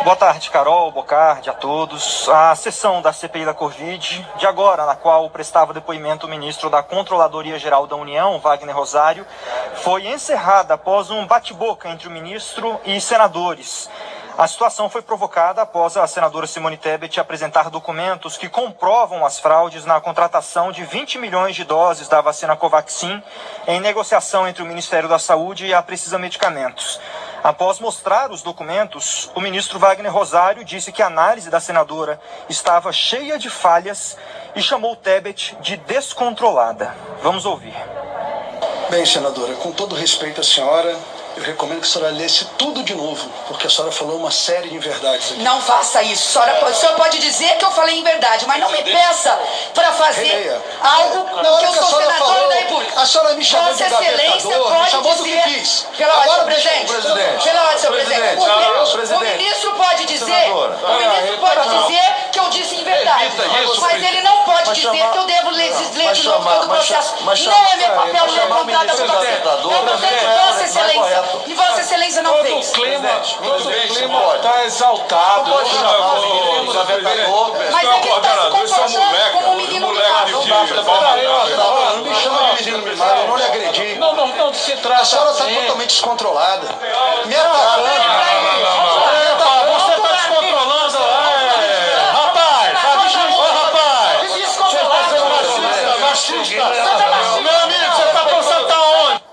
Boa tarde, Carol, boa tarde a todos. A sessão da CPI da Covid, de agora, na qual prestava depoimento o ministro da Controladoria Geral da União, Wagner Rosário, foi encerrada após um bate-boca entre o ministro e senadores. A situação foi provocada após a senadora Simone Tebet apresentar documentos que comprovam as fraudes na contratação de 20 milhões de doses da vacina Covaxin em negociação entre o Ministério da Saúde e a Precisa Medicamentos. Após mostrar os documentos, o ministro Wagner Rosário disse que a análise da senadora estava cheia de falhas e chamou Tebet de descontrolada. Vamos ouvir. Bem, senadora, com todo respeito à senhora, eu recomendo que a senhora lesse tudo de novo, porque a senhora falou uma série de inverdades aqui. Não faça isso. O senhor pode dizer que eu falei inverdade, mas não me peça para fazer algo que eu sou senadora da República. A senhora me chamou de gabetador, me chamou do que quis. Pela ordem, senhor presidente. Pela ordem, senhor presidente. O ministro pode dizer, que eu disse inverdade, mas ele não pode dizer que eu devo ler de novo todo o processo. Não é meu papel ler contada por você. Eu estou dando Vossa Excelência. E Vossa Excelência não fez. Todo o clima está exaltado. Mas é que está se comportando como um menino mimado. Não me chama de menino mimado, eu não lhe agredi. Não se trata. A senhora está totalmente descontrolada. Me atacando. Você está descontrolando. Rapaz! Você está sendo machista. Meu amigo, você está pensando aonde?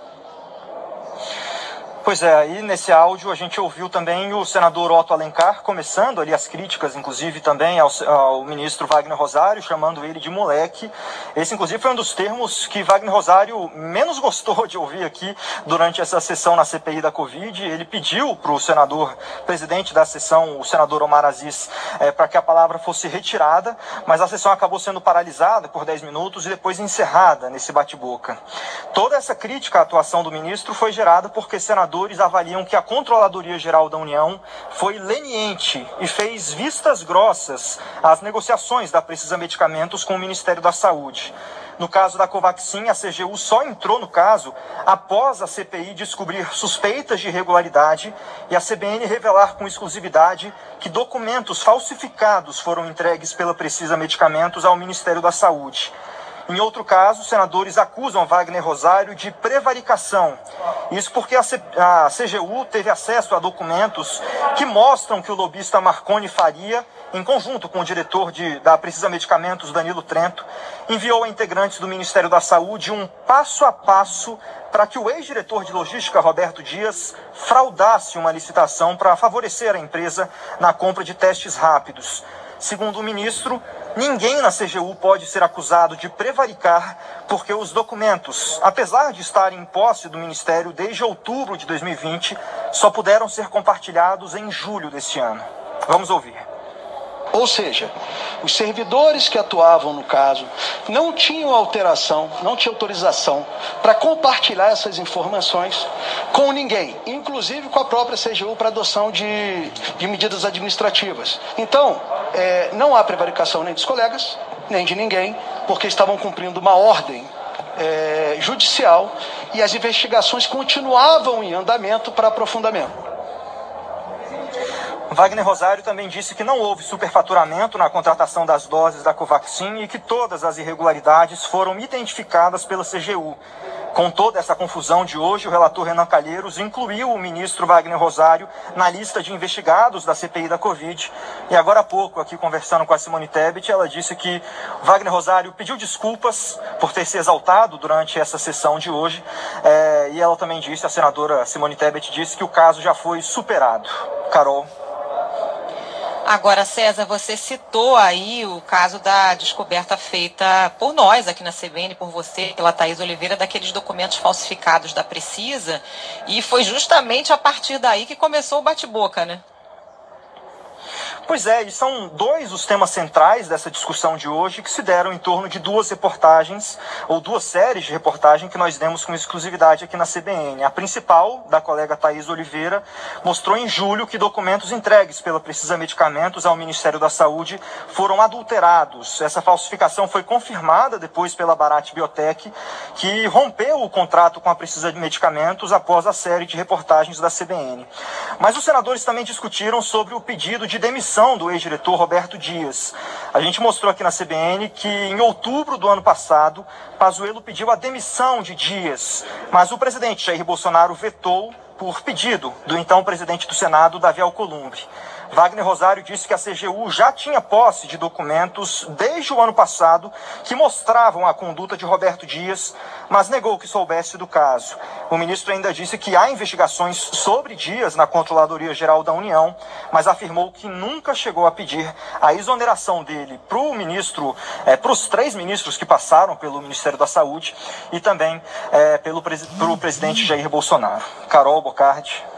Pois é, aí nesse áudio a gente ouviu também o senador Otto Alencar começando ali as críticas, inclusive também ao ministro Wagner Rosário, chamando ele de moleque. Esse, inclusive, foi um dos termos que Wagner Rosário menos gostou de ouvir aqui durante essa sessão na CPI da Covid. Ele pediu para o senador, presidente da sessão, o senador Omar Aziz, para que a palavra fosse retirada, mas a sessão acabou sendo paralisada por 10 minutos e depois encerrada nesse bate-boca. Toda essa crítica à atuação do ministro foi gerada porque senadores avaliam que a Controladoria Geral da União foi leniente e fez vistas grossas às negociações da Precisa Medicamentos com o Ministério da Saúde. No caso da Covaxin, a CGU só entrou no caso após a CPI descobrir suspeitas de irregularidade e a CBN revelar com exclusividade que documentos falsificados foram entregues pela Precisa Medicamentos ao Ministério da Saúde. Em outro caso, senadores acusam Wagner Rosário de prevaricação. Isso porque a CGU teve acesso a documentos que mostram que o lobista Marconi Faria, em conjunto com o diretor da Precisa Medicamentos, Danilo Trento, enviou a integrantes do Ministério da Saúde um passo a passo para que o ex-diretor de logística, Roberto Dias, fraudasse uma licitação para favorecer a empresa na compra de testes rápidos. Segundo o ministro, ninguém na CGU pode ser acusado de prevaricar, porque os documentos, apesar de estarem em posse do Ministério desde outubro de 2020, só puderam ser compartilhados em julho deste ano. Vamos ouvir. Ou seja, os servidores que atuavam no caso não tinham autorização para compartilhar essas informações com ninguém, inclusive com a própria CGU para adoção de medidas administrativas. Então, não há prevaricação nem dos colegas, nem de ninguém, porque estavam cumprindo uma ordem judicial e as investigações continuavam em andamento para aprofundamento. Wagner Rosário também disse que não houve superfaturamento na contratação das doses da Covaxin e que todas as irregularidades foram identificadas pela CGU. Com toda essa confusão de hoje, o relator Renan Calheiros incluiu o ministro Wagner Rosário na lista de investigados da CPI da Covid. E agora há pouco, aqui conversando com a Simone Tebet, ela disse que Wagner Rosário pediu desculpas por ter se exaltado durante essa sessão de hoje. E ela também disse, a senadora Simone Tebet disse que o caso já foi superado. Carol. Agora, César, você citou aí o caso da descoberta feita por nós aqui na CBN, por você, pela Thaís Oliveira, daqueles documentos falsificados da Precisa, e foi justamente a partir daí que começou o bate-boca, né? Pois é, e são dois os temas centrais dessa discussão de hoje que se deram em torno de duas reportagens, ou duas séries de reportagem que nós demos com exclusividade aqui na CBN. A principal, da colega Thaís Oliveira, mostrou em julho que documentos entregues pela Precisa Medicamentos ao Ministério da Saúde foram adulterados. Essa falsificação foi confirmada depois pela Bharat Biotech, que rompeu o contrato com a Precisa Medicamentos após a série de reportagens da CBN. Mas os senadores também discutiram sobre o pedido de demissão do ex-diretor Roberto Dias. A gente mostrou aqui na CBN que em outubro do ano passado, Pazuello pediu a demissão de Dias, mas o presidente Jair Bolsonaro vetou por pedido do então presidente do Senado, Davi Alcolumbre. Wagner Rosário disse que a CGU já tinha posse de documentos desde o ano passado que mostravam a conduta de Roberto Dias, mas negou que soubesse do caso. O ministro ainda disse que há investigações sobre Dias na Controladoria Geral da União, mas afirmou que nunca chegou a pedir a exoneração dele para os 3 ministros que passaram pelo Ministério da Saúde e também pelo presidente Jair Bolsonaro. Carol Bocardi.